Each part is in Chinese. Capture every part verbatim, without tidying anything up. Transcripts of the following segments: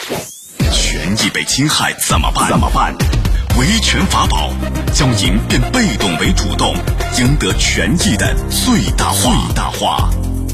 权益被侵害怎么办？怎么办？维权法宝，将赢变被动为主动，赢得权益的最大化。最大化。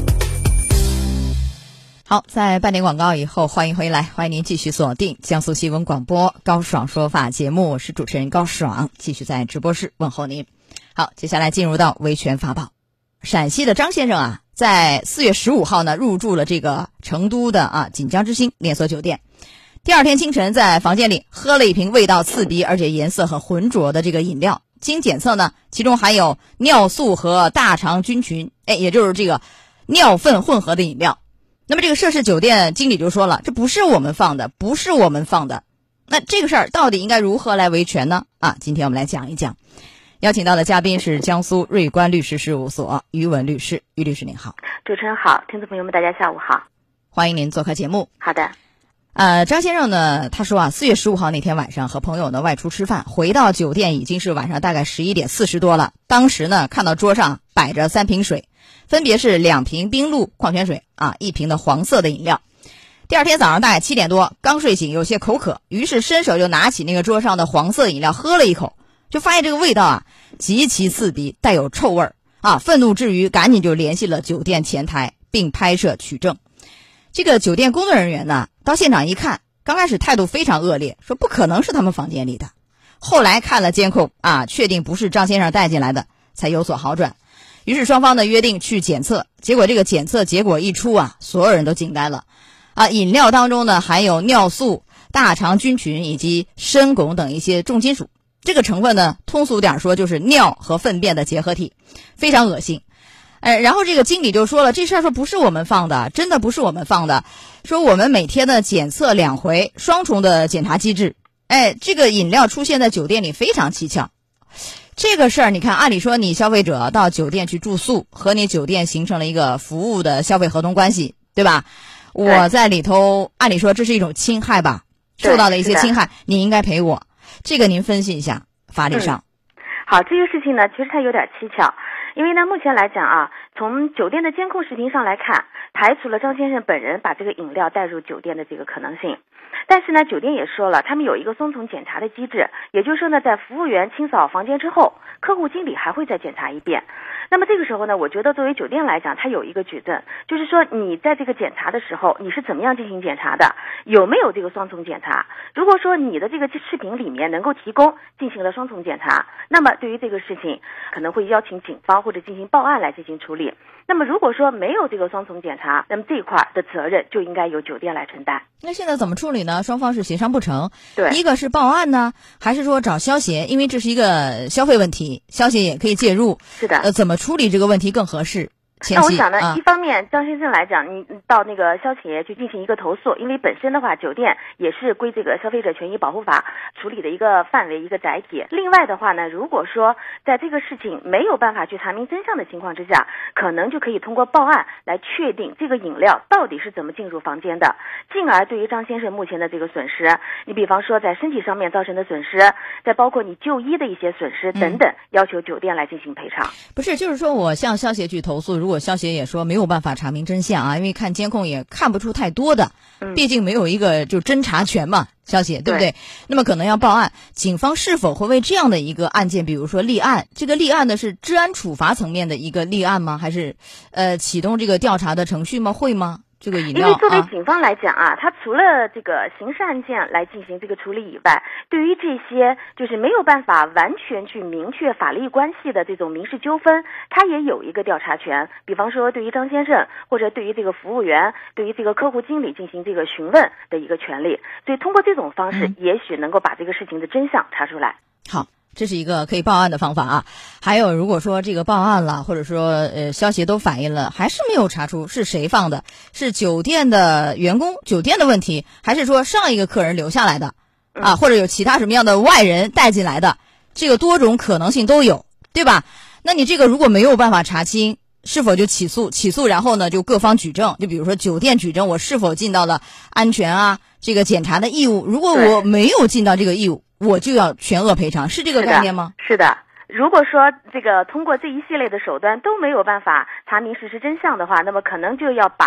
好，在半点广告以后，欢迎回来，欢迎您继续锁定江苏新闻广播高爽说法节目，我是主持人高爽，继续在直播室问候您。好，接下来进入到维权法宝。陕西的张先生啊，在四月十五号呢入住了这个成都的啊锦江之星连锁酒店。第二天清晨，在房间里喝了一瓶味道刺鼻而且颜色很浑浊的这个饮料，经检测呢，其中含有尿素和大肠菌群，哎，也就是这个尿粪混合的饮料。那么这个涉事酒店经理就说了，这不是我们放的，不是我们放的。那这个事儿到底应该如何来维权呢？啊，今天我们来讲一讲。邀请到的嘉宾是江苏瑞观律师事务所于文律师。于律师您好。 主持人好，听众朋友们大家下午好。 欢迎您做客节目。 好的。 呃，张先生呢，他说啊，四月十五号那天晚上和朋友呢外出吃饭，回到酒店已经是晚上大概十一点四十多了。当时呢，看到桌上摆着三瓶水，分别是两瓶冰露矿泉水啊，一瓶的黄色的饮料。第二天早上大概七点多，刚睡醒，有些口渴，于是伸手就拿起那个桌上的黄色饮料喝了一口，就发现这个味道啊极其刺鼻，带有臭味儿啊，愤怒之余赶紧就联系了酒店前台，并拍摄取证。这个酒店工作人员呢，到现场一看，刚开始态度非常恶劣，说不可能是他们房间里的。后来看了监控啊，确定不是张先生带进来的，才有所好转。于是双方呢约定去检测，结果这个检测结果一出啊，所有人都惊呆了啊！饮料当中呢含有尿素、大肠菌群以及砷汞等一些重金属，这个成分呢，通俗点说就是尿和粪便的结合体，非常恶心。哎，然后这个经理就说了，这事儿说不是我们放的，真的不是我们放的，说我们每天呢检测两回，双重的检查机制。哎，这个饮料出现在酒店里非常蹊跷。这个事儿你看，按理说你消费者到酒店去住宿，和你酒店形成了一个服务的消费合同关系，对吧？我在里头，按理说这是一种侵害吧，受到了一些侵害，你应该赔我。这个您分析一下法律上。 嗯、好，这个事情呢，其实它有点蹊跷。因为呢，目前来讲啊，从酒店的监控视频上来看，排除了张先生本人把这个饮料带入酒店的这个可能性。但是呢，酒店也说了，他们有一个双重检查的机制，也就是说呢，在服务员清扫房间之后，客户经理还会再检查一遍。那么这个时候呢，我觉得作为酒店来讲，它有一个举证，就是说你在这个检查的时候，你是怎么样进行检查的，有没有这个双重检查。如果说你的这个视频里面能够提供进行了双重检查，那么对于这个事情可能会邀请警方或者进行报案来进行处理。那么如果说没有这个双重检查，那么这一块的责任就应该由酒店来承担。 那现在怎么处理呢？双方是协商不成， 对， 一个是报案呢，还是说找消协？因为这是一个消费问题，消协也可以介入。 是的， 呃，怎么处理这个问题更合适？ 那我想呢、 啊， 一方面张先生来讲，你到那个消协去进行一个投诉，因为本身的话，酒店也是归这个消费者权益保护法处理的一个范围一个载体。另外的话呢，如果说在这个事情没有办法去查明真相的情况之下，可能就可以通过报案来确定这个饮料到底是怎么进入房间的，进而对于张先生目前的这个损失，你比方说在身体上面造成的损失，再包括你就医的一些损失等等，嗯、要求酒店来进行赔偿。 不是，就是说我向消协去投诉，如果消协也说没有办法查明真相啊，因为看监控也看不出太多的，毕竟没有一个就侦查权嘛，消协对不对？ 对， 那么可能要报案，警方是否会为这样的一个案件，比如说立案，这个立案的是治安处罚层面的一个立案吗？还是呃启动这个调查的程序吗？会吗？这个饮料， 因为作为警方来讲啊，他除了这个刑事案件来进行这个处理以外，对于这些就是没有办法完全去明确法律关系的这种民事纠纷，他也有一个调查权。比方说对于张先生或者对于这个服务员，对于这个客户经理进行这个询问的一个权利，所以通过这种方式、嗯、也许能够把这个事情的真相查出来。 好，这是一个可以报案的方法啊。还有如果说这个报案了，或者说呃消协都反映了，还是没有查出是谁放的，是酒店的员工酒店的问题，还是说上一个客人留下来的啊，或者有其他什么样的外人带进来的，这个多种可能性都有，对吧？那你这个如果没有办法查清，是否就起诉起诉然后呢就各方举证，就比如说酒店举证我是否尽到了安全啊这个检查的义务，如果我没有尽到这个义务，我就要全额赔偿，是这个概念吗？ 是的，是的。如果说这个通过这一系列的手段都没有办法查明事实真相的话，那么可能就要把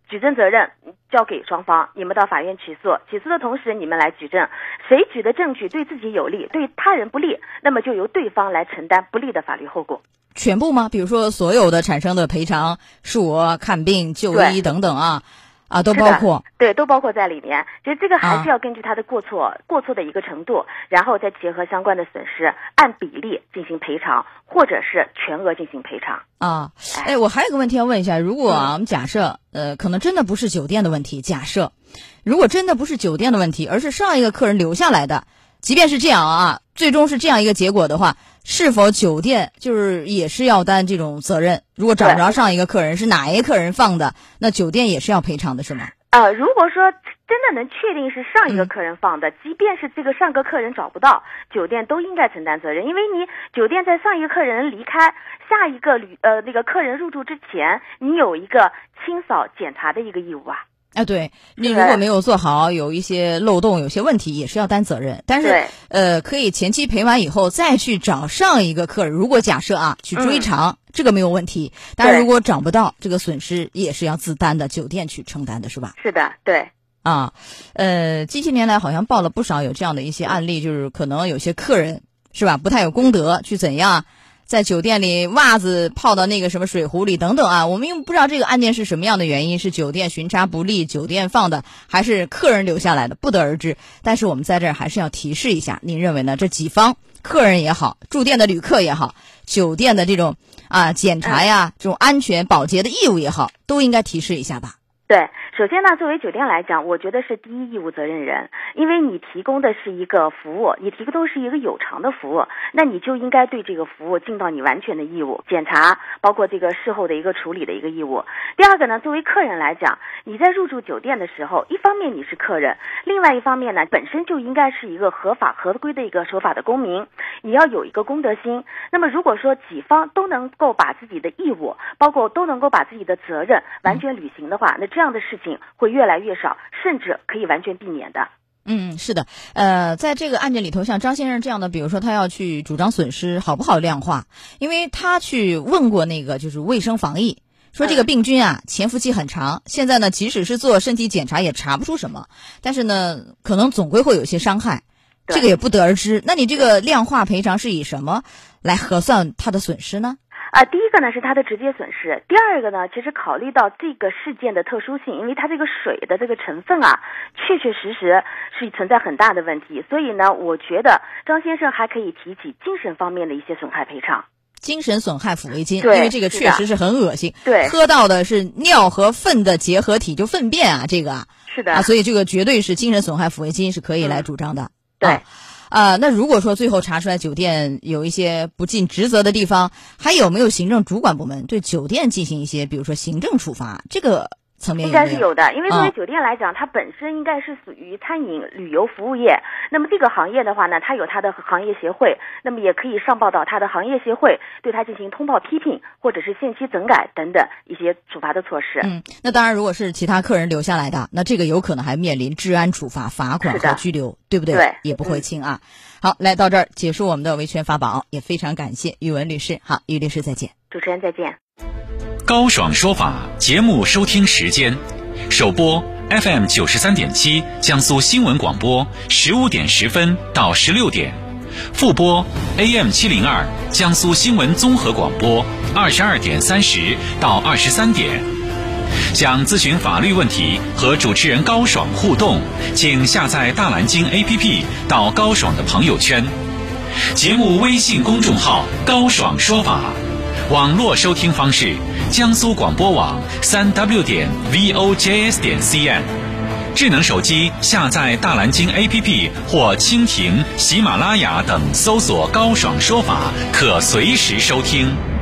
举证责任交给双方，你们到法院起诉，起诉的同时你们来举证，谁举的证据对自己有利，对他人不利，那么就由对方来承担不利的法律后果。 全部吗？比如说所有的产生的赔偿、数额、看病、就医等等啊。啊，都包括， 对，都包括在里面。其实这个还是要根据他的过错、啊、过错的一个程度，然后再结合相关的损失，按比例进行赔偿，或者是全额进行赔偿。 啊，哎，我还有个问题要问一下，如果啊，我们假设，呃，可能真的不是酒店的问题，假设，如果真的不是酒店的问题，而是上一个客人留下来的，即便是这样啊，最终是这样一个结果的话，是否酒店就是也是要担这种责任？如果找不着上一个客人是哪一个客人放的，那酒店也是要赔偿的，是吗？ 呃，如果说真的能确定是上一个客人放的，嗯、即便是这个上个客人找不到，酒店都应该承担责任，因为你酒店在上一个客人离开，下一个旅呃那个客人入住之前，你有一个清扫检查的一个义务啊。 啊，对，你如果没有做好，有一些漏洞，有些问题，也是要担责任。但是，呃，可以前期赔完以后再去找上一个客人。如果假设啊，去追偿，嗯、这个没有问题。但是如果找不到，这个损失也是要自担的，酒店去承担的，是吧？ 是的，对。 啊，呃，近些年来好像报了不少有这样的一些案例，就是可能有些客人是吧，不太有公德，去怎样在酒店里袜子泡到那个什么水壶里等等啊，我们又不知道这个案件是什么样的原因，是酒店巡查不力，酒店放的，还是客人留下来的，不得而知。但是我们在这儿还是要提示一下，您认为呢？这几方，客人也好，住店的旅客也好，酒店的这种啊检查呀，这种安全保洁的义务也好，都应该提示一下吧。 对，首先呢，作为酒店来讲，我觉得是第一义务责任人，因为你提供的是一个服务，你提供的是一个有偿的服务，那你就应该对这个服务尽到你完全的义务，检查包括这个事后的一个处理的一个义务。第二个呢，作为客人来讲，你在入住酒店的时候，一方面你是客人，另外一方面呢，本身就应该是一个合法合规的一个守法的公民，你要有一个公德心。那么如果说几方都能够把自己的义务，包括都能够把自己的责任完全履行的话，那这样的事情会越来越少，甚至可以完全避免的。 嗯，是的，呃，在这个案件里头，像张先生这样的，比如说他要去主张损失，好不好量化？因为他去问过那个就是卫生防疫，说这个病菌啊潜伏期很长，现在呢即使是做身体检查也查不出什么，但是呢可能总归会有一些伤害，这个也不得而知。那你这个量化赔偿是以什么来核算他的损失呢？ 啊，第一个呢是它的直接损失，第二个呢，其实考虑到这个事件的特殊性，因为它这个水的这个成分啊，确确实实是存在很大的问题，所以呢，我觉得张先生还可以提起精神方面的一些损害赔偿。 精神损害抚慰金，因为这个确实是很恶心， 对， 喝到的是尿和粪的结合体，就粪便啊，这个啊， 是的啊，所以这个绝对是精神损害抚慰金是可以来主张的， 嗯、对。 啊啊，那如果说最后查出来酒店有一些不尽职责的地方，还有没有行政主管部门对酒店进行一些，比如说行政处罚？这个层面有没有？ 应该是有的，因为作为酒店来讲，嗯、它本身应该是属于餐饮旅游服务业。那么这个行业的话呢，它有它的行业协会，那么也可以上报到它的行业协会，对它进行通报批评，或者是限期整改等等一些处罚的措施。 嗯，那当然，如果是其他客人留下来的，那这个有可能还面临治安处罚、罚款和拘留，对不对？ 对， 也不会轻啊。嗯、好，来到这儿结束我们的维权法宝，也非常感谢宇文律师。好，宇律师再见。 主持人再见。 高爽说法节目收听时间，首播 F M 九十三点七江苏新闻广播十五点十分到十六点，复播 A M 七零二江苏新闻综合广播二十二点三十到二十三点。想咨询法律问题和主持人高爽互动，请下载大蓝鲸 A P P 到高爽的朋友圈，节目微信公众号高爽说法。网络收听方式：江苏广播网三 w 点 v o j s 点 c n， 智能手机下载大蓝鲸 A P P 或蜻蜓、喜马拉雅等，搜索高爽说法，可随时收听。